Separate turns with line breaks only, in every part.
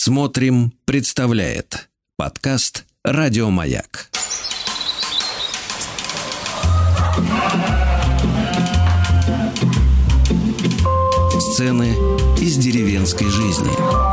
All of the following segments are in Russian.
Смотрим, представляет подкаст «Радио Маяк». Сцены из деревенской жизни.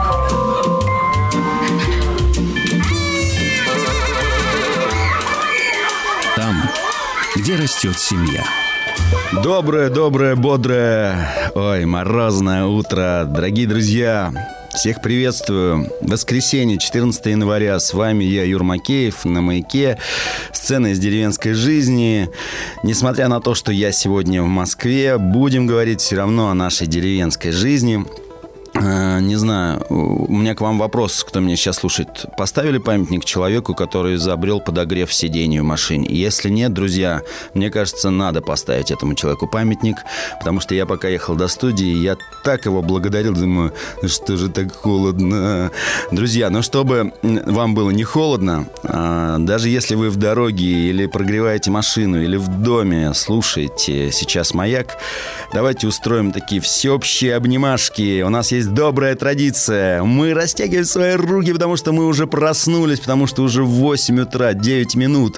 Там, где растет семья.
Доброе, бодрое, морозное утро, дорогие друзья. Всех приветствую. Воскресенье, 14 января. С вами я, Юр Макеев, на Маяке. Сцена из деревенской жизни. Несмотря на то, что я сегодня в Москве, будем говорить все равно о нашей деревенской жизни. Не знаю, у меня к вам вопрос, кто меня сейчас слушает. Поставили памятник человеку, который изобрел подогрев сидений в машине? Если нет, друзья, мне кажется, надо поставить этому человеку памятник, потому что я пока ехал до студии, я так его благодарил, думаю, что же так холодно. Друзья, чтобы вам было не холодно, даже если вы в дороге или прогреваете машину, или в доме слушаете сейчас Маяк, давайте устроим такие всеобщие обнимашки. У нас есть добрая традиция. Мы растягиваем свои руки, потому что мы уже проснулись, потому что уже 8 утра, 9 минут.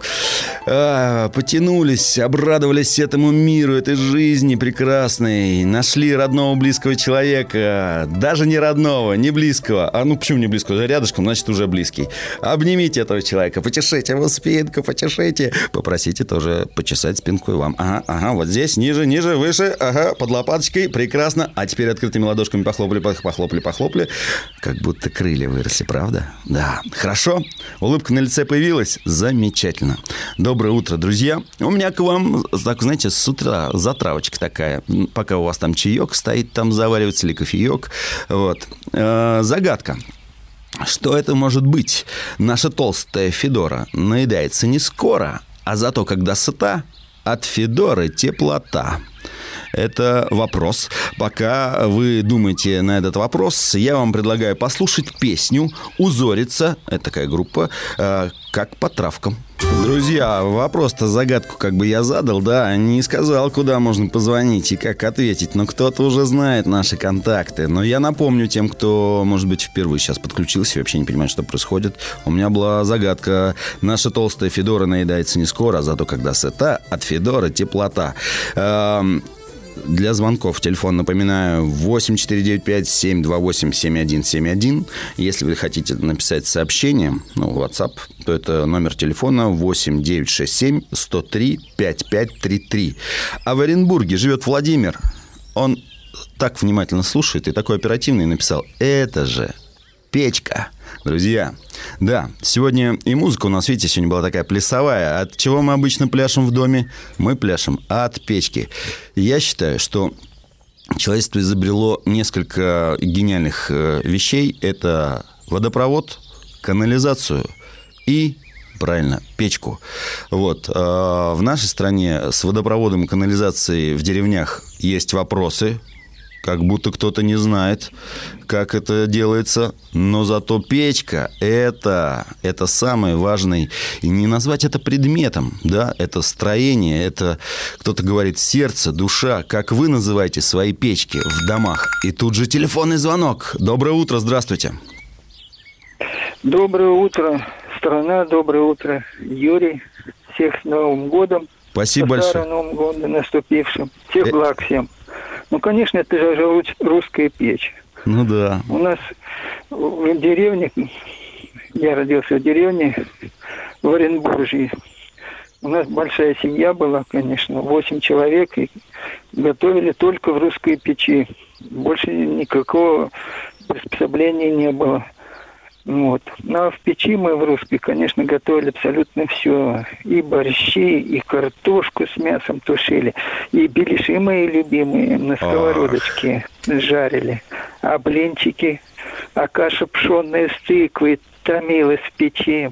Потянулись, обрадовались этому миру, этой жизни прекрасной. Нашли родного, близкого человека. Даже не родного, не близкого. Почему не близкого? Рядышком, значит, уже близкий. Обнимите этого человека, почешите его спинку, почешите. Попросите тоже почесать спинку и вам. Ага, вот здесь, ниже, выше. Ага, под лопаточкой. Прекрасно. А теперь открытыми ладошками похлопали. Как будто крылья выросли, правда? Да, хорошо. Улыбка на лице появилась. Замечательно. Доброе утро, друзья. У меня к вам, так, знаете, с утра затравочка такая. Пока у вас там чаек стоит, там заваривается, или кофеек. Вот. Загадка. Что это может быть? Наша толстая Федора наедается не скоро, а зато, когда сыта, от Федоры теплота. Это вопрос. Пока вы думаете на этот вопрос, я вам предлагаю послушать песню «Узорица». Это такая группа, как по травкам. Друзья, вопрос-то, загадку как бы я задал, да, не сказал, куда можно позвонить и как ответить, но кто-то уже знает наши контакты. Но я напомню тем, кто, может быть, впервые сейчас подключился и вообще не понимает, что происходит. У меня была загадка. Наша толстая Федора наедается не скоро, а зато когда сыта, от Федоры теплота. Для звонков телефон, напоминаю, 8495-728-7171. Если вы хотите написать сообщение, WhatsApp, то это номер телефона 8967-103-5533. А в Оренбурге живет Владимир. Он так внимательно слушает и такой оперативный написал: это же печка. Друзья, да, сегодня и музыка у нас, видите, сегодня была такая плясовая. От чего мы обычно пляшем в доме? Мы пляшем от печки. Я считаю, что человечество изобрело несколько гениальных вещей. Это водопровод, канализацию и, правильно, печку. Вот. В нашей стране с водопроводом и канализацией в деревнях есть вопросы. Как будто кто-то не знает, как это делается. Но зато печка – это самый важный. И не назвать это предметом, да? Это строение, это, кто-то говорит, сердце, душа. Как вы называете свои печки в домах? И тут же телефонный звонок. Доброе утро, здравствуйте.
Доброе утро, страна, доброе утро, Юрий. Всех с Новым годом.
Спасибо большое.
Старым Новым годом наступившим. Всех благ всем. Конечно, это же русская печь.
Ну да.
У нас в деревне, я родился в деревне, в Оренбурге. У нас большая семья была, конечно, 8 человек, и готовили только в русской печи. Больше никакого приспособления не было. Вот. А в печи мы в русской, конечно, готовили абсолютно все. И борщи, и картошку с мясом тушили, и беляши мои любимые на сковородочке жарили, а блинчики, а каша пшенная с тыквой томилась в печи.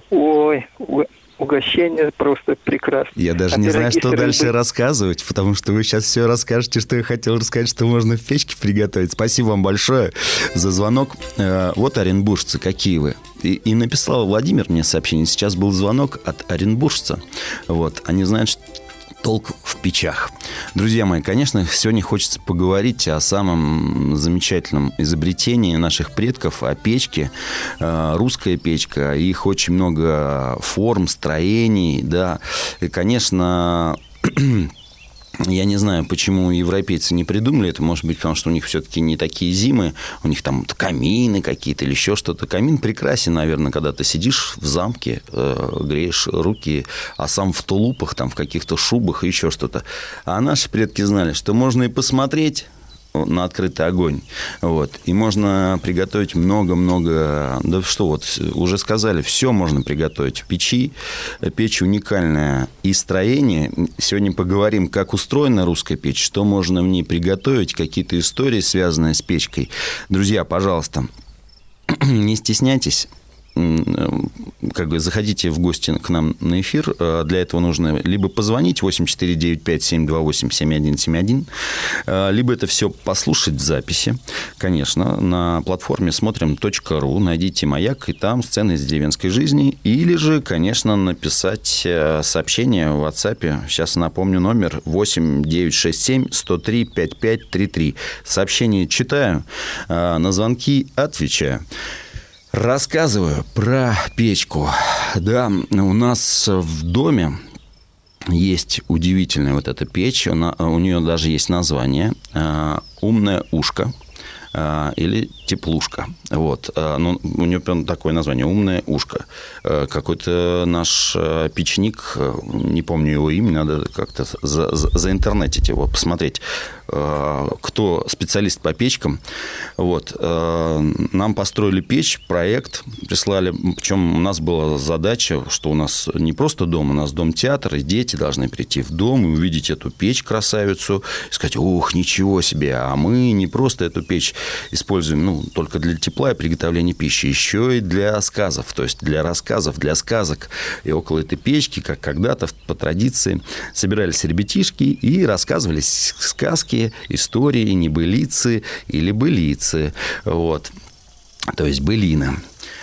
Угощение просто прекрасно.
Я даже не знаю, что дальше рассказывать, потому что вы сейчас все расскажете, что я хотел рассказать, что можно в печке приготовить. Спасибо вам большое за звонок. Вот оренбуржцы, какие вы. И написал Владимир мне сообщение. Сейчас был звонок от оренбуржца. Вот. Они знают, Толк в печах. Друзья мои, конечно, сегодня хочется поговорить о самом замечательном изобретении наших предков, о печке. Русская печка. Их очень много форм, строений, да. И, конечно... Я не знаю, почему европейцы не придумали это. Может быть, потому что у них все-таки не такие зимы. У них там камины какие-то или еще что-то. Камин прекрасен, наверное, когда ты сидишь в замке, греешь руки, а сам в тулупах, там, в каких-то шубах и еще что-то. А наши предки знали, что можно и посмотреть на открытый огонь. Вот. И можно приготовить много-много... Да что вот, уже сказали, все можно приготовить в печи. Печь уникальная. И строение. Сегодня поговорим, как устроена русская печь, что можно в ней приготовить, какие-то истории, связанные с печкой. Друзья, пожалуйста, не стесняйтесь. Как бы заходите в гости к нам на эфир. Для этого нужно либо позвонить 8495-728-7171, либо это все послушать в записи. Конечно, на платформе смотрим.ру найдите «Маяк», и там сцены из деревенской жизни. Или же, конечно, написать сообщение в WhatsApp. Сейчас напомню номер 8967-103-5533. Сообщение читаю, на звонки отвечаю. Рассказываю про печку. Да, у нас в доме есть удивительная вот эта печь. У нее даже есть название «Умное ушко» или «Теплушка». Вот. Ну, у нее прям такое название «Умное ушко». Какой-то наш печник, не помню его имя, надо как-то заинтернетить его, посмотреть, кто специалист по печкам. Вот. Нам построили печь, проект прислали. Причем у нас была задача, что у нас не просто дом, у нас дом-театр, и дети должны прийти в дом и увидеть эту печь-красавицу и сказать: ух, ничего себе, а мы не просто эту печь используем только для тепла и приготовления пищи, еще и для сказов, то есть для рассказов, для сказок. И около этой печки, как когда-то по традиции, собирались ребятишки и рассказывали сказки, истории, небылицы или былицы. Вот. То есть былины.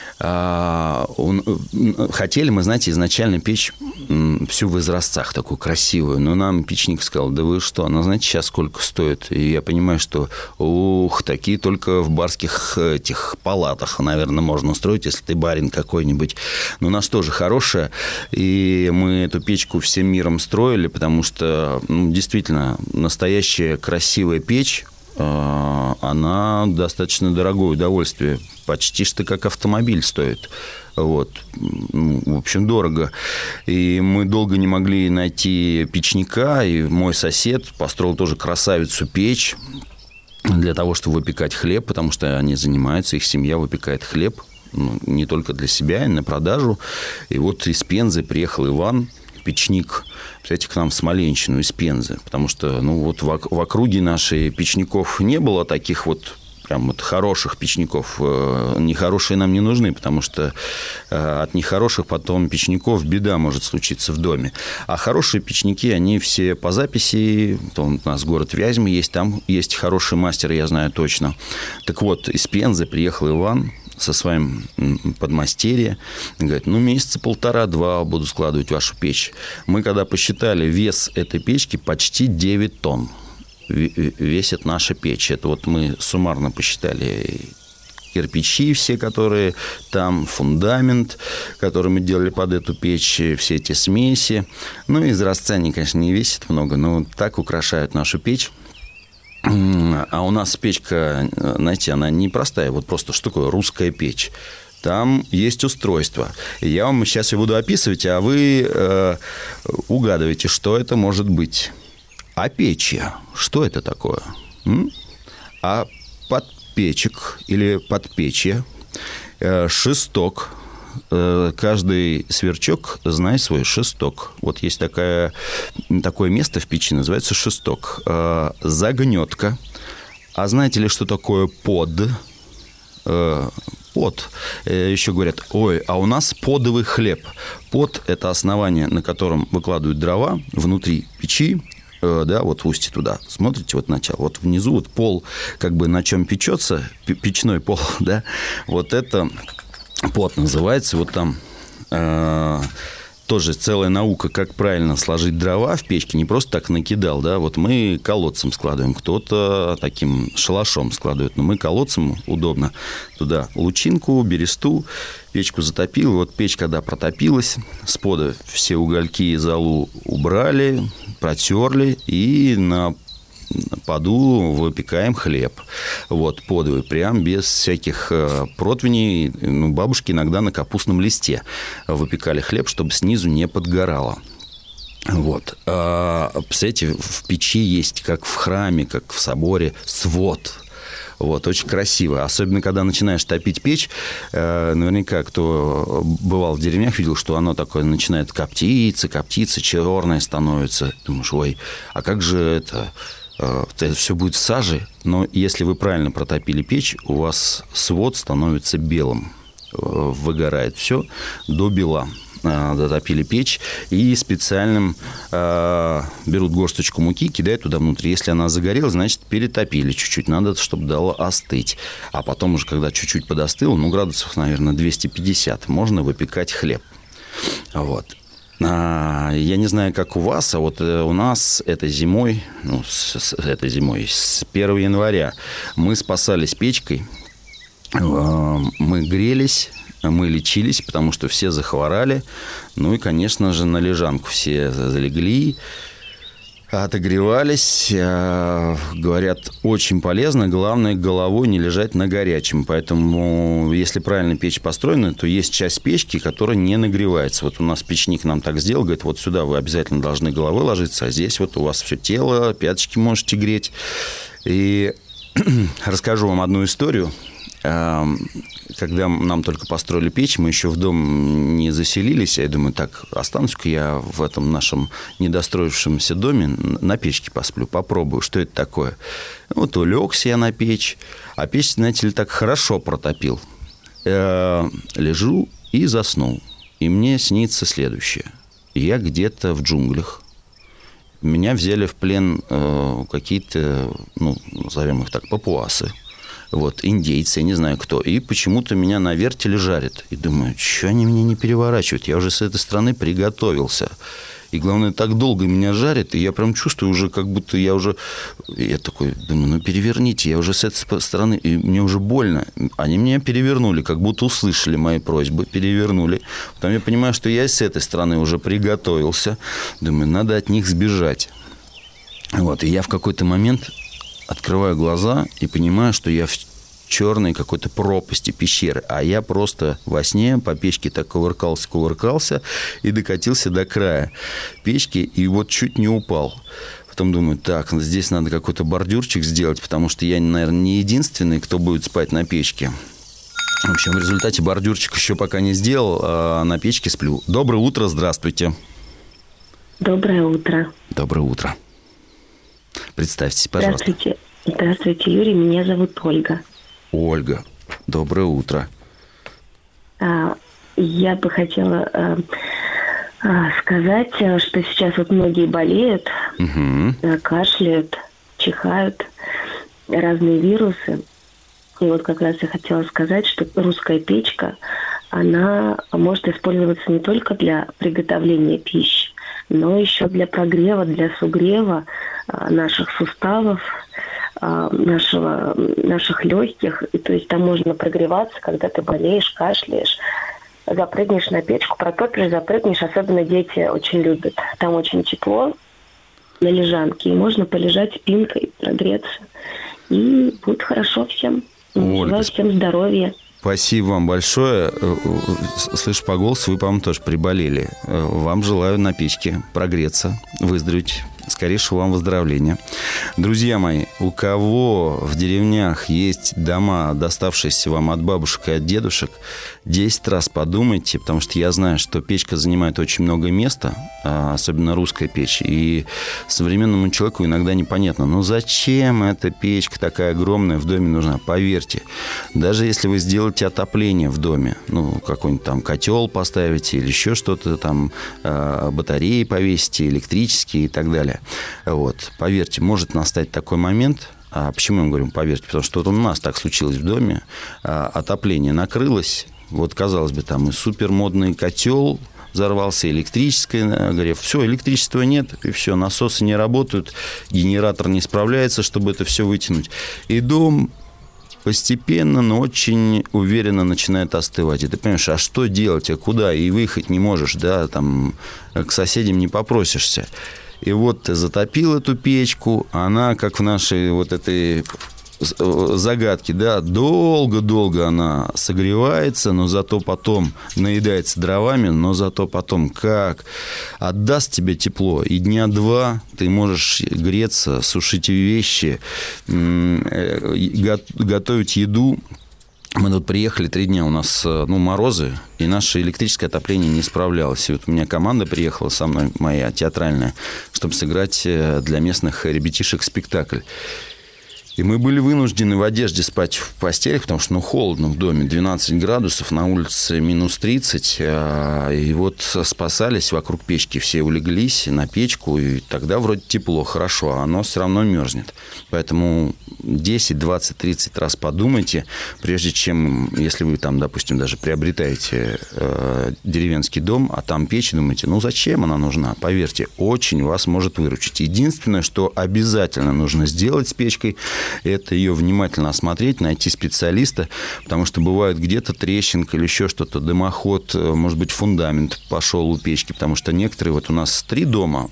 Хотели мы, знаете, изначально печь всю в изразцах, такую красивую. Но нам печник сказал: да вы что, она, знаете, сейчас сколько стоит? И я понимаю, что, такие только в барских этих палатах, наверное, можно устроить, если ты барин какой-нибудь. Но у нас тоже хорошая. И мы эту печку всем миром строили, потому что, действительно, настоящая красивая печь, она достаточно дорогое удовольствие. Почти что как автомобиль стоит. Вот. В общем, дорого. И мы долго не могли найти печника. И мой сосед построил тоже красавицу печь для того, чтобы выпекать хлеб, потому что они занимаются, их семья выпекает хлеб. Не только для себя, и на продажу. И вот из Пензы приехал Иван, печник, представляете, к нам в Смоленщину из Пензы, потому что, вот в округе нашей печников не было таких вот прям вот хороших печников. Нехорошие нам не нужны, потому что от нехороших потом печников беда может случиться в доме. А хорошие печники, они все по записи. У нас город Вязьма есть, там есть хороший мастер, я знаю точно. Так вот, из Пензы приехал Иван со своим подмастерьем. Говорит: месяца 1,5-2 буду складывать вашу печь. Мы когда посчитали вес этой печки, почти 9 тонн весит наша печь. Это вот мы суммарно посчитали кирпичи все, которые там, фундамент, который мы делали под эту печь, все эти смеси. Изразца они, конечно, не весят много, но так украшают нашу печь. А у нас печка, знаете, она непростая. Вот просто что такое русская печь? Там есть устройство. Я вам сейчас его буду описывать, а вы угадываете, что это может быть. А печья, что это такое? А подпечек или подпечье, шесток. Каждый сверчок знает свой шесток. Вот есть такое место в печи, называется шесток. Загнетка. А знаете ли, что такое под? Под. Еще говорят: ой, а у нас подовый хлеб. Под – это основание, на котором выкладывают дрова внутри печи. Да, вот в устье туда. Смотрите, вот начало. Вот внизу вот пол, как бы на чем печется, печной пол, да, вот это под называется. Вот там тоже целая наука, как правильно сложить дрова в печке, не просто так накидал, да, вот мы колодцем складываем, кто-то таким шалашом складывает, но мы колодцем удобно туда лучинку, бересту, печку затопил, вот печь, когда протопилась, с пода все угольки и золу убрали, протерли и на поду выпекаем хлеб. Вот, подовый, прям без всяких противней. Ну, бабушки иногда на капустном листе выпекали хлеб, чтобы снизу не подгорало. Вот. Представляете, в печи есть, как в храме, как в соборе, свод. Вот, очень красиво. Особенно, когда начинаешь топить печь, наверняка, кто бывал в деревнях, видел, что оно такое начинает коптиться, черное становится. Думаешь, ой, а как же это все будет в саже? Но если вы правильно протопили печь, у вас свод становится белым. Выгорает все до бела. Дотопили печь и специальным берут горсточку муки, кидают туда внутрь. Если она загорелась, значит, перетопили чуть-чуть. Надо, чтобы дало остыть. А потом уже, когда чуть-чуть подостыло, градусов, наверное, 250, можно выпекать хлеб. Вот. Я не знаю, как у вас, а вот у нас этой зимой, с 1 января мы спасались печкой, мы грелись, мы лечились, потому что все захворали. Ну и, конечно же, на лежанку все залегли, отогревались. Говорят, очень полезно. Главное, головой не лежать на горячем. Поэтому, если правильно печь построена, то есть часть печки, которая не нагревается. Вот у нас печник нам так сделал. Говорит, вот сюда вы обязательно должны головой ложиться, а здесь вот у вас все тело, пяточки можете греть. И расскажу вам одну историю. Когда нам только построили печь, мы еще в дом не заселились. Я думаю, так, останусь-ка я в этом нашем недостроившемся доме, на печке посплю, попробую, что это такое. Вот улегся я на печь, а печь, знаете ли, так хорошо протопил. Лежу и заснул. И мне снится следующее. Я где-то в джунглях. Меня взяли в плен какие-то, назовем их так, папуасы. Вот, индейцы, я не знаю кто. И почему-то меня на вертеле жарят. И думаю, что они меня не переворачивают? Я уже с этой стороны приготовился. И главное, так долго меня жарят, и я прям чувствую уже, как будто я уже... Я такой думаю, переверните, я уже с этой стороны, и мне уже больно. Они меня перевернули, как будто услышали мои просьбы, перевернули. Потом я понимаю, что я с этой стороны уже приготовился. Думаю, надо от них сбежать. Вот, и я в какой-то момент... открываю глаза и понимаю, что я в черной какой-то пропасти пещеры. А я просто во сне по печке так кувыркался и докатился до края печки, и вот чуть не упал. Потом думаю, так, здесь надо какой-то бордюрчик сделать, потому что я, наверное, не единственный, кто будет спать на печке. В общем, в результате бордюрчик еще пока не сделал, а на печке сплю. Доброе утро, здравствуйте.
Доброе утро.
Доброе утро. Представьтесь, пожалуйста.
Здравствуйте, Юрий. Меня зовут Ольга.
Ольга, доброе утро.
Я бы хотела сказать, что сейчас вот многие болеют, кашляют, чихают, разные вирусы. И вот как раз я хотела сказать, что русская печка, она может использоваться не только для приготовления пищи, но еще для прогрева, для сугрева наших суставов, наших легких. И то есть там можно прогреваться, когда ты болеешь, кашляешь, запрыгнешь на печку, протопишь, запрыгнешь. Особенно дети очень любят. Там очень тепло на лежанке, и можно полежать спинкой, прогреться. И будет хорошо всем. Желаю всем здоровья.
Спасибо вам большое. Слышу по голосу, вы, по-моему, тоже приболели. Вам желаю на печке прогреться, выздороветь. Скорейшего вам выздоровления. Друзья мои, у кого в деревнях есть дома, доставшиеся вам от бабушек и от дедушек, 10 раз подумайте, потому что я знаю, что печка занимает очень много места, особенно русская печь, и современному человеку иногда непонятно, зачем эта печка такая огромная в доме нужна? Поверьте, даже если вы сделаете отопление в доме, какой-нибудь там котел поставите или еще что-то там, батареи повесите, электрические и так далее. Вот. Поверьте, может настать такой момент. А почему я вам говорю поверьте? Потому что вот у нас так случилось в доме. Отопление накрылось. Вот, казалось бы, там и супермодный котел, взорвался, электрическое нагрев. Все, электричества нет, и все, насосы не работают, генератор не справляется, чтобы это все вытянуть. И дом постепенно, но очень уверенно начинает остывать. И ты понимаешь, а что делать, а куда? И выехать не можешь, да, там к соседям не попросишься. И вот ты затопил эту печку, она, как в нашей вот этой загадке, да, долго-долго она согревается, но зато потом наедается дровами, но зато потом как отдаст тебе тепло, и дня 2 ты можешь греться, сушить вещи, готовить еду. Мы тут приехали 3 дня, у нас морозы, и наше электрическое отопление не справлялось. И вот у меня команда приехала со мной, моя театральная, чтобы сыграть для местных ребятишек спектакль. И мы были вынуждены в одежде спать в постелях, потому что холодно в доме, 12 градусов, на улице минус 30. И вот спасались, вокруг печки все улеглись на печку, и тогда вроде тепло, хорошо, а оно все равно мерзнет. Поэтому 10, 20, 30 раз подумайте, прежде чем, если вы там, допустим, даже приобретаете деревенский дом, а там печь, думаете, зачем она нужна? Поверьте, очень вас может выручить. Единственное, что обязательно нужно сделать с печкой, это ее внимательно осмотреть, найти специалиста, потому что бывает где-то трещинка или еще что-то, дымоход, может быть, фундамент пошел у печки, потому что некоторые, вот у нас 3 дома,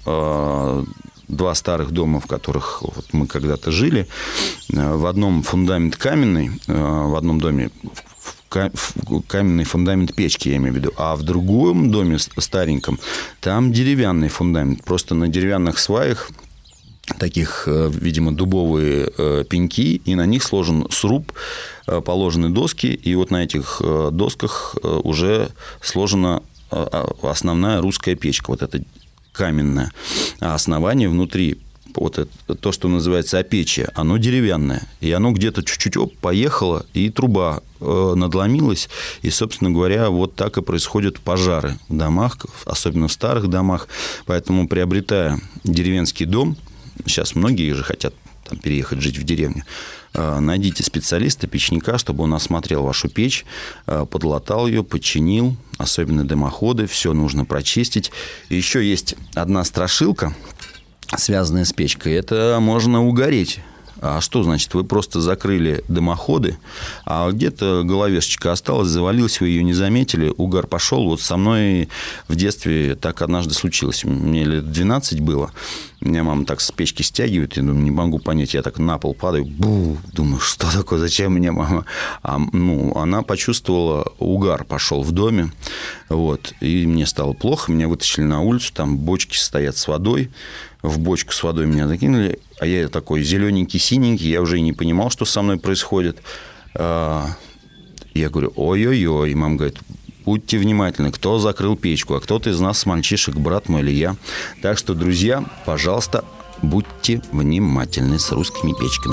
2 старых дома, в которых вот мы когда-то жили, в одном фундамент каменный, в одном доме каменный фундамент печки, я имею в виду, а в другом доме стареньком там деревянный фундамент, просто на деревянных сваях, таких, видимо, дубовые пеньки, и на них сложен сруб, положены доски, и вот на этих досках уже сложена основная русская печка, вот эта каменная, а основание внутри, вот это, то, что называется опечье, оно деревянное, и оно где-то чуть-чуть поехало, и труба надломилась, и, собственно говоря, вот так и происходят пожары в домах, особенно в старых домах, поэтому, приобретая деревенский дом, сейчас многие же хотят там переехать жить в деревню, найдите специалиста, печника, чтобы он осмотрел вашу печь, подлатал ее, починил, особенно дымоходы, все нужно прочистить. И еще есть одна страшилка, связанная с печкой, это можно угореть. А что значит? Вы просто закрыли дымоходы, а где-то головешечка осталась, завалилась, вы ее не заметили, угар пошел. Вот со мной в детстве так однажды случилось. Мне лет 12 было. Меня мама так с печки стягивает, я думаю, не могу понять. Я так на пол падаю, думаю, что такое, зачем меня мама? Она почувствовала, угар пошел в доме, вот, и мне стало плохо, меня вытащили на улицу, там бочки стоят с водой, в бочку с водой меня закинули, а я такой зелененький, синенький, я уже и не понимал, что со мной происходит. Я говорю, ой-ой-ой, и мама говорит, будьте внимательны, кто закрыл печку, а кто-то из нас с мальчишек, брат мой или я. Так что, друзья, пожалуйста, будьте внимательны с русскими печками.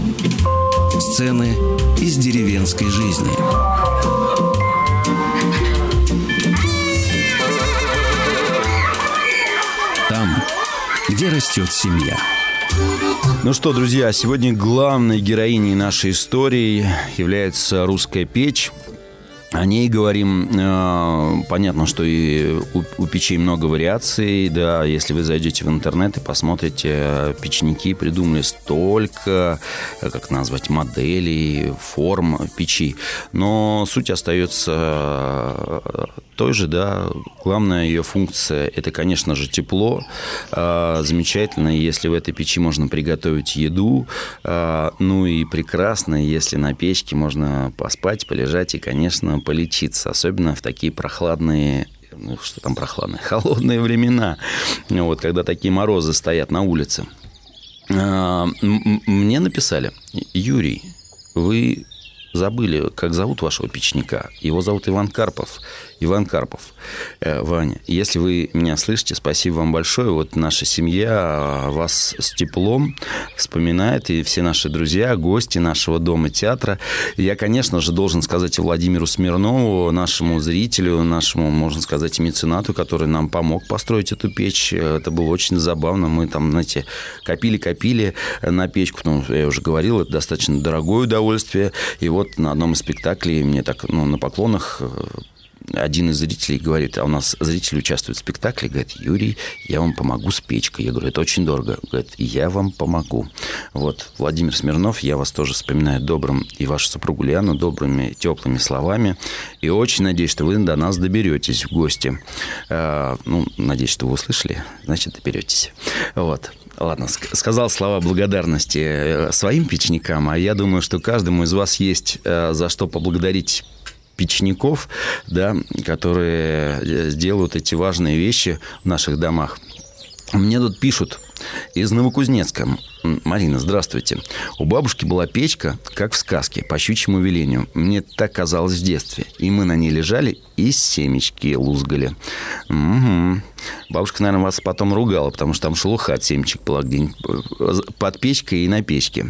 Сцены из деревенской жизни. Там, где растет семья.
Ну что, друзья, сегодня главной героиней нашей истории является русская печь. О ней говорим. Понятно, что и у печей много вариаций. Да, если вы зайдете в интернет и посмотрите, печники придумали столько, как назвать, моделей, форм печи. Но суть остается той же, да. Главная ее функция – это, конечно же, тепло. Замечательно, если в этой печи можно приготовить еду. Ну и прекрасно, если на печке можно поспать, полежать и, конечно, полечиться. Особенно в такие прохладные, холодные времена. Вот, когда такие морозы стоят на улице. Мне написали: Юрий, вы забыли, как зовут вашего печника. Его зовут Иван Карпов. Иван Карпов. Ваня, если вы меня слышите, спасибо вам большое. Вот наша семья вас с теплом вспоминает, и все наши друзья, гости нашего дома театра. Я, конечно же, должен сказать Владимиру Смирнову, нашему зрителю, нашему, можно сказать, меценату, который нам помог построить эту печь. Это было очень забавно. Мы там, знаете, копили на печку, потому что, я уже говорил, это достаточно дорогое удовольствие. И вот на одном из спектаклей мне так, на поклонах один из зрителей говорит, а у нас зрители участвуют в спектакле, говорит, Юрий, я вам помогу с печкой. Я говорю, это очень дорого. Говорит, я вам помогу. Вот, Владимир Смирнов, я вас тоже вспоминаю добрым, и вашу супругу Лиану, добрыми, теплыми словами. И очень надеюсь, что вы до нас доберетесь в гости. Надеюсь, что вы услышали, значит, доберетесь. Вот. Ладно, сказал слова благодарности своим печникам, а я думаю, что каждому из вас есть за что поблагодарить печников, да, которые делают эти важные вещи в наших домах. Мне тут пишут из Новокузнецка. Марина, здравствуйте. У бабушки была печка, как в сказке, по щучьему велению. Мне так казалось в детстве. И мы на ней лежали и семечки лузгали. Угу. Бабушка, наверное, вас потом ругала, потому что там шелуха от семечек была где-нибудь под печкой и на печке.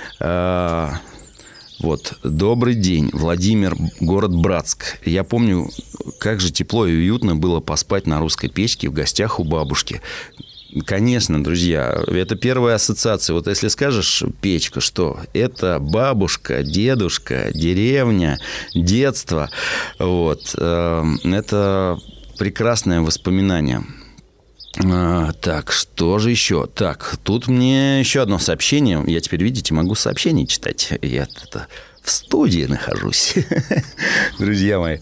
Вот. Добрый день, Владимир, город Братск. Я помню, как же тепло и уютно было поспать на русской печке в гостях у бабушки. Конечно, друзья, это первая ассоциация. Вот если скажешь печка, что? Это бабушка, дедушка, деревня, детство. Вот. Это прекрасное воспоминание. Так, что же еще? Так, тут мне еще одно сообщение. Я теперь, видите, могу сообщения читать. Я в студии нахожусь. Друзья мои,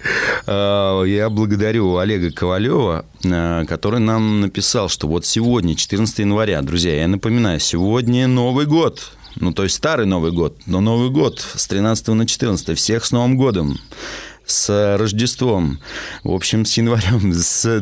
я благодарю Олега Ковалева, который нам написал, что вот сегодня, 14 января, друзья, я напоминаю, сегодня Новый год. То есть старый Новый год, но Новый год с 13 на 14. Всех с Новым годом! С Рождеством, в общем, с январем, с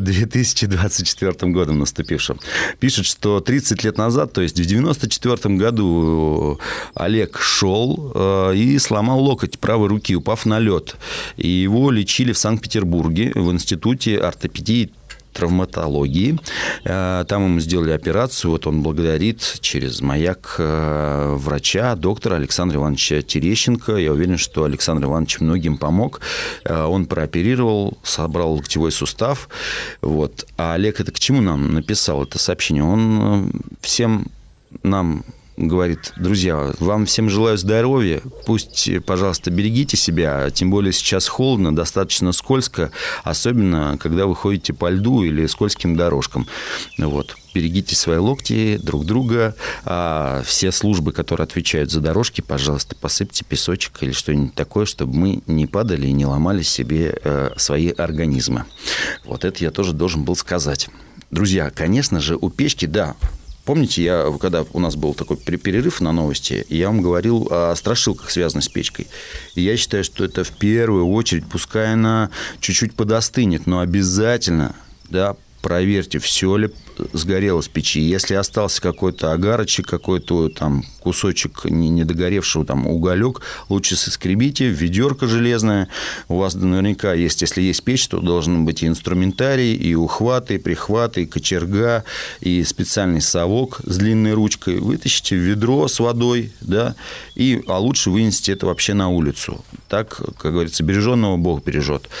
2024 годом наступившим. Пишет, что 30 лет назад, то есть в 1994 году, Олег шел и сломал локоть правой руки, упав на лед. И его лечили в Санкт-Петербурге в Институте ортопедии и травматологии. Там ему сделали операцию. Вот он благодарит через маяк врача, доктора Александра Ивановича Терещенко. Я уверен, что Александр Иванович многим помог. Он прооперировал, собрал локтевой сустав. Вот. А Олег это к чему нам написал это сообщение? Он всем нам говорит, друзья, вам всем желаю здоровья, пусть, пожалуйста, берегите себя, тем более сейчас холодно, достаточно скользко, особенно, когда вы ходите по льду или скользким дорожкам. Вот. Берегите свои локти, друг друга, а все службы, которые отвечают за дорожки, пожалуйста, посыпьте песочек или что-нибудь такое, чтобы мы не падали и не ломали себе свои организмы. Вот это я тоже должен был сказать. Друзья, конечно же, у печки, да. Помните, когда у нас был такой перерыв на новости, я вам говорил о страшилках, связанных с печкой. И я считаю, что это в первую очередь, пускай она чуть-чуть подостынет, но обязательно, да, проверьте, все ли сгорело с печи. Если остался какой-то огарочек, какой-то там кусочек недогоревшего там уголек, лучше соскребите, ведерко железное. У вас наверняка есть, если есть печь, то должен быть и инструментарий, и ухваты, и прихваты, и кочерга, и специальный совок с длинной ручкой. Вытащите ведро с водой, да, а лучше вынесите это вообще на улицу. Так, как говорится, береженного Бог бережет.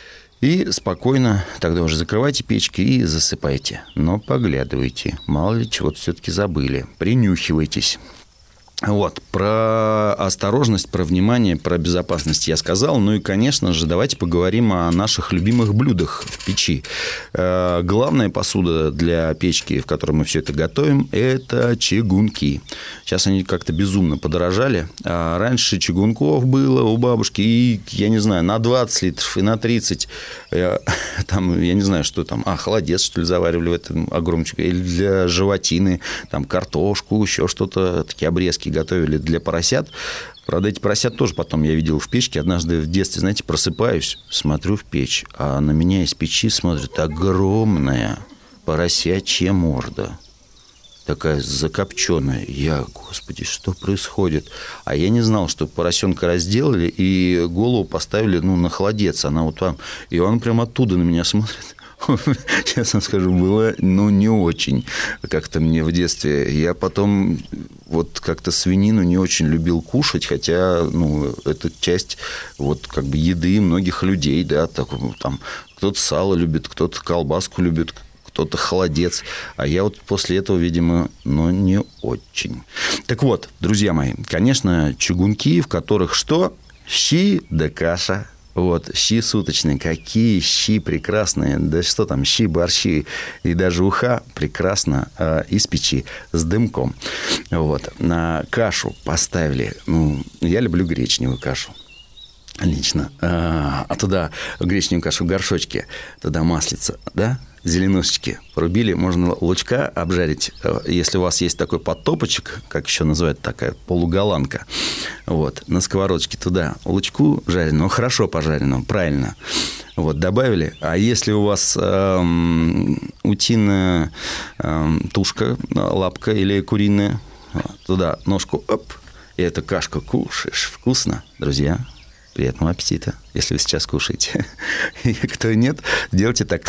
И спокойно тогда уже закрывайте печки и засыпайте. Но поглядывайте. Мало ли чего-то все-таки забыли. Принюхивайтесь. Вот, про осторожность, про внимание, про безопасность я сказал. Ну и, конечно же, давайте поговорим о наших любимых блюдах в печи. Главная посуда для печки, в которой мы все это готовим, это чугунки. Сейчас они как-то безумно подорожали. Раньше чугунков было у бабушки, и, я не знаю, на 20 литров и на 30. Там, я не знаю, что там. Холодец, что ли, заваривали в этом огромном чугунке. Или для животины, там, картошку, еще что-то, такие обрезки готовили для поросят. Правда, эти поросят тоже потом я видел в печке. Однажды в детстве, знаете, просыпаюсь, смотрю в печь, а на меня из печи смотрит огромная поросячья морда. Такая закопченная. Господи, что происходит? А я не знал, что поросенка разделали и голову поставили, на холодец. Она вот там, и он прям оттуда на меня смотрит. Честно скажу, было, не очень. Как-то мне в детстве. Я потом вот как-то свинину не очень любил кушать, хотя, это часть вот как бы еды многих людей, да, там кто-то сало любит, кто-то колбаску любит, кто-то холодец. А я вот после этого, видимо, не очень. Так вот, друзья мои, конечно, чугунки, в которых что? Щи да каша. Вот, щи суточные. Какие щи прекрасные. Да что там, щи, борщи. И даже уха прекрасно из печи с дымком. Вот. На кашу поставили. Я люблю гречневую кашу. Лично. А туда гречневую кашу в горшочке. Туда маслица, да? Зеленушечки порубили, можно лучка обжарить, если у вас есть такой подтопочек, как еще называют, такая полуголландка, вот, на сковородочке туда лучку жареного, хорошо пожаренного, правильно, вот, добавили, а если у вас утиная тушка, лапка или куриная, туда ножку, оп, и эту кашку кушаешь, вкусно, друзья. Приятного аппетита, если вы сейчас кушаете. Кто нет, делайте так.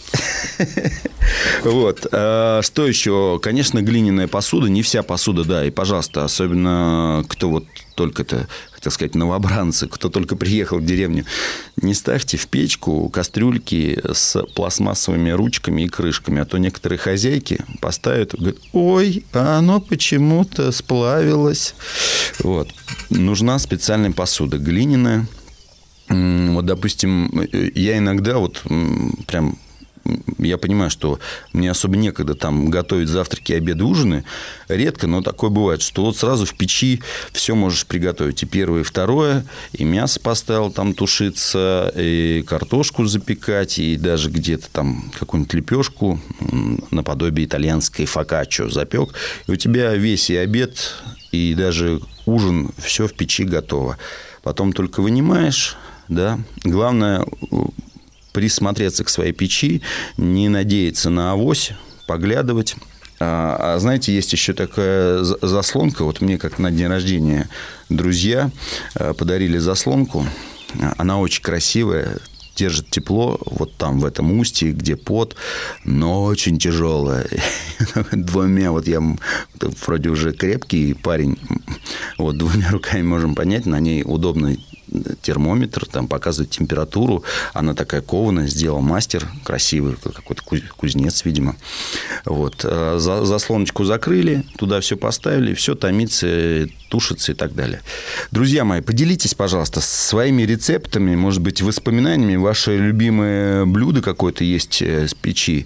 Вот. Что еще? Конечно, глиняная посуда. Не вся посуда, да. И, пожалуйста, особенно кто вот только-то, хотел сказать, новобранцы, кто только приехал в деревню, не ставьте в печку кастрюльки с пластмассовыми ручками и крышками. А то некоторые хозяйки поставят и говорят: ой, а оно почему-то сплавилось. Вот. Нужна специальная посуда, глиняная. Вот, допустим, я иногда вот прям... Я понимаю, что мне особо некогда там готовить завтраки, обеды, ужины. Редко, но такое бывает, что вот сразу в печи все можешь приготовить. И первое, и второе, и мясо поставил там тушиться, и картошку запекать, и даже где-то там какую-нибудь лепешку наподобие итальянской фокаччо запек. И у тебя весь и обед, и даже ужин, все в печи готово. Потом только вынимаешь, да. Главное... присмотреться к своей печи, не надеяться на авось, поглядывать. А знаете, есть еще такая заслонка. Вот мне, как на день рождения, друзья подарили заслонку. Она очень красивая, держит тепло вот там, в этом устье, где пот, но очень тяжелая. Двумя, вот я вроде уже крепкий парень, вот двумя руками можем поднять, на ней удобный термометр, там показывает температуру. Она такая кованая, сделал мастер, красивый, какой-то кузнец, видимо. Вот. Заслоночку закрыли, туда все поставили, все томится, тушится и так далее. Друзья мои, поделитесь, пожалуйста, своими рецептами, может быть, воспоминаниями. Ваше любимое блюдо какое-то есть с печи.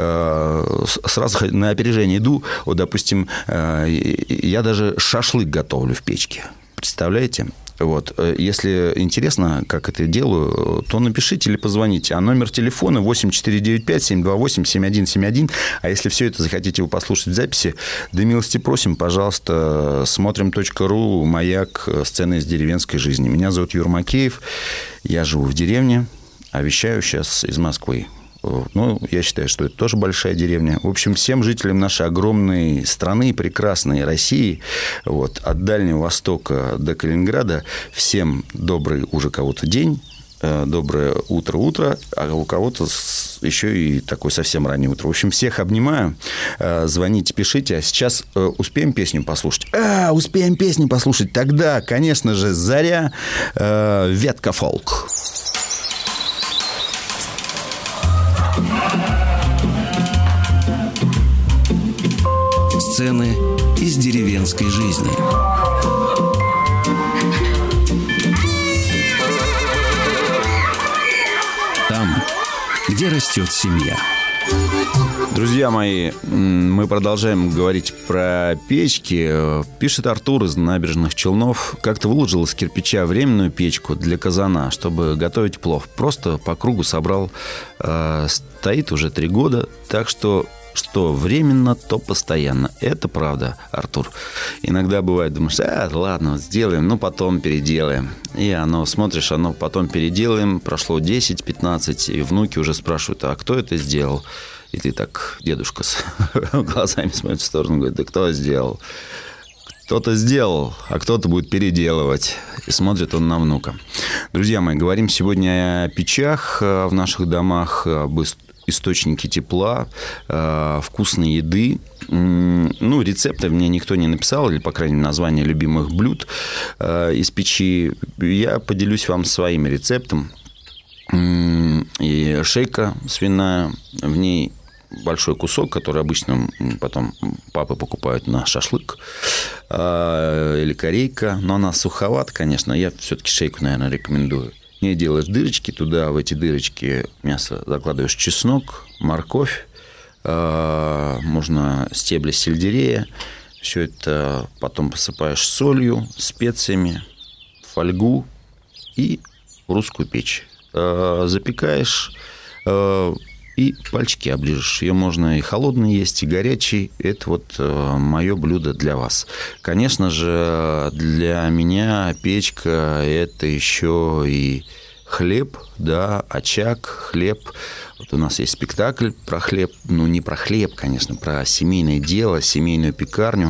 Сразу на опережение иду. Вот, допустим, я даже шашлык готовлю в печке. Представляете? Вот. Если интересно, как это делаю, то напишите или позвоните. А номер телефона 8495-728-7171. А если все это захотите вы послушать в записи, да милости просим, пожалуйста, смотрим.ру, Маяк, сцены из деревенской жизни. Меня зовут Юра Макеев, я живу в деревне, а вещаю сейчас из Москвы. Ну, я считаю, что это тоже большая деревня. В общем, всем жителям нашей огромной страны, прекрасной России, вот, от Дальнего Востока до Калининграда, всем добрый уже кого-то день, доброе утро, а у кого-то еще и такое совсем раннее утро. В общем, всех обнимаю. Звоните, пишите. А сейчас успеем песню послушать? Успеем песню послушать. Тогда, конечно же, «Заря», «Ветка фолк».
Сцены из деревенской жизни. Там, где растет семья.
Друзья мои, мы продолжаем говорить про печки. Пишет Артур из Набережных Челнов. Как-то выложил из кирпича временную печку для казана, чтобы готовить плов. Просто по кругу собрал. Стоит уже 3 года. Так что временно, то постоянно. Это правда, Артур. Иногда бывает, думаешь, ладно, сделаем, но потом переделаем. И оно, смотришь, потом переделаем. Прошло 10-15, и внуки уже спрашивают, а кто это сделал? И ты так, дедушка, с глазами смотрит в сторону, говорит, да кто сделал? Кто-то сделал, а кто-то будет переделывать. И смотрит он на внука. Друзья мои, говорим сегодня о печах в наших домах, об источнике тепла, вкусной еды. Ну, рецепты мне никто не написал, или, по крайней мере, название любимых блюд из печи. Я поделюсь вам своим рецептом. И шейка свиная, в ней большой кусок, который обычно потом папы покупают на шашлык, или корейка, но она суховата, конечно, я все-таки шейку, наверное, рекомендую. и делаешь дырочки. Туда, в эти дырочки, мясо закладываешь чеснок, морковь, можно стебли сельдерея. Все это потом посыпаешь солью, специями, фольгу и в русскую печь. Запекаешь и пальчики оближешь. Ее можно и холодный есть, и горячий. Это вот мое блюдо для вас. Конечно же, для меня печка – это еще и хлеб, да, очаг, хлеб. Вот у нас есть спектакль про хлеб. Ну, не про хлеб, конечно, про семейное дело, семейную пекарню.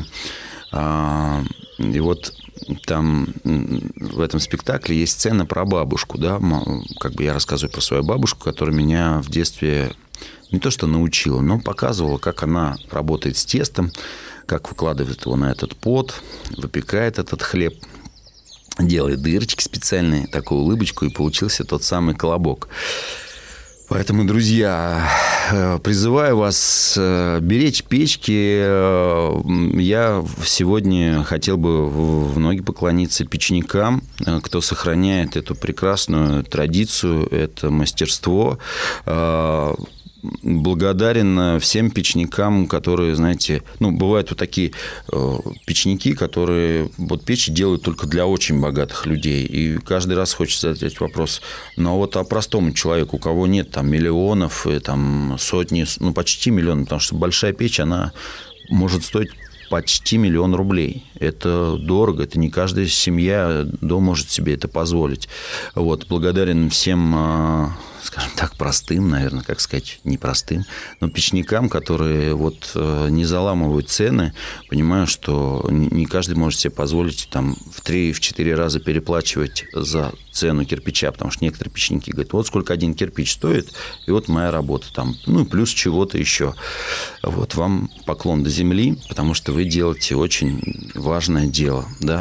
И вот там в этом спектакле есть сцена про бабушку, да, как бы я рассказываю про свою бабушку, которая меня в детстве не то что научила, но показывала, как она работает с тестом, как выкладывает его на этот пот, выпекает этот хлеб, делает дырочки специальные, такую улыбочку, и получился тот самый колобок. Поэтому, друзья, призываю вас беречь печки. Я сегодня хотел бы в ноги поклониться печникам, кто сохраняет эту прекрасную традицию, это мастерство. Благодарен всем печникам, которые, знаете, ну, бывают вот такие печники, которые вот печи делают только для очень богатых людей. И каждый раз хочется задать вопрос, ну, а вот простому человеку, у кого нет там миллионов, там сотни, ну, почти миллион, потому что большая печь, она может стоить почти 1 000 000 рублей. Это дорого, это не каждая семья может себе это позволить. Вот, благодарен всем, скажем так, простым, наверное, как сказать, непростым, но печникам, которые вот не заламывают цены, понимаю, что не каждый может себе позволить там в 3-4 раза переплачивать за цену кирпича, потому что некоторые печники говорят, вот сколько один кирпич стоит, и вот моя работа там, ну, плюс чего-то еще. Вот, вам поклон до земли, потому что вы делаете очень важное дело, да,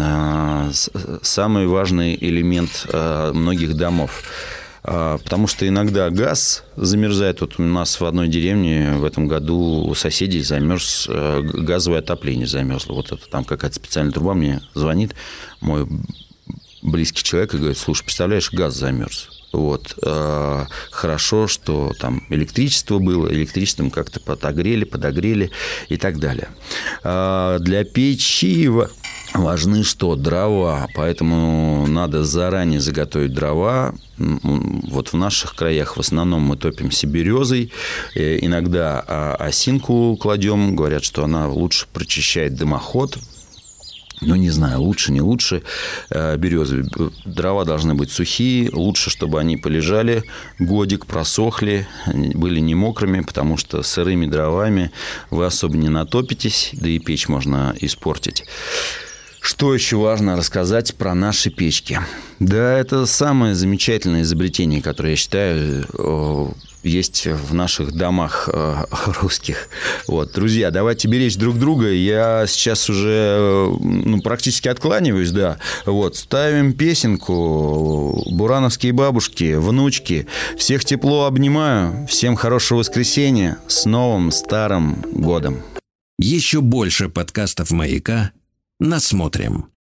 самый важный элемент многих домов. Потому что иногда газ замерзает. Вот у нас в одной деревне в этом году у соседей замерз, газовое отопление замерзло. Вот это там какая-то специальная труба мне звонит, мой близкий человек, и говорит, слушай, представляешь, газ замерз. Вот. Хорошо, что там электричество было, электричеством как-то подогрели и так далее. Для печи важны что? Дрова. Поэтому надо заранее заготовить дрова. Вот в наших краях в основном мы топимся березой. Иногда осинку кладем. Говорят, что она лучше прочищает дымоход. Ну, не знаю, лучше, не лучше. Березы. Дрова должны быть сухие. Лучше, чтобы они полежали годик, просохли, были не мокрыми, потому что сырыми дровами вы особо не натопитесь, да и печь можно испортить. Что еще важно рассказать про наши печки? Да, это самое замечательное изобретение, которое, я считаю, есть в наших домах русских. Вот. Друзья, давайте беречь друг друга. Я сейчас уже практически откланиваюсь, да. Вот. Ставим песенку. Бурановские бабушки, внучки. Всех тепло обнимаю. Всем хорошего воскресенья. С новым старым годом.
Еще больше подкастов «Маяка» насмотрим.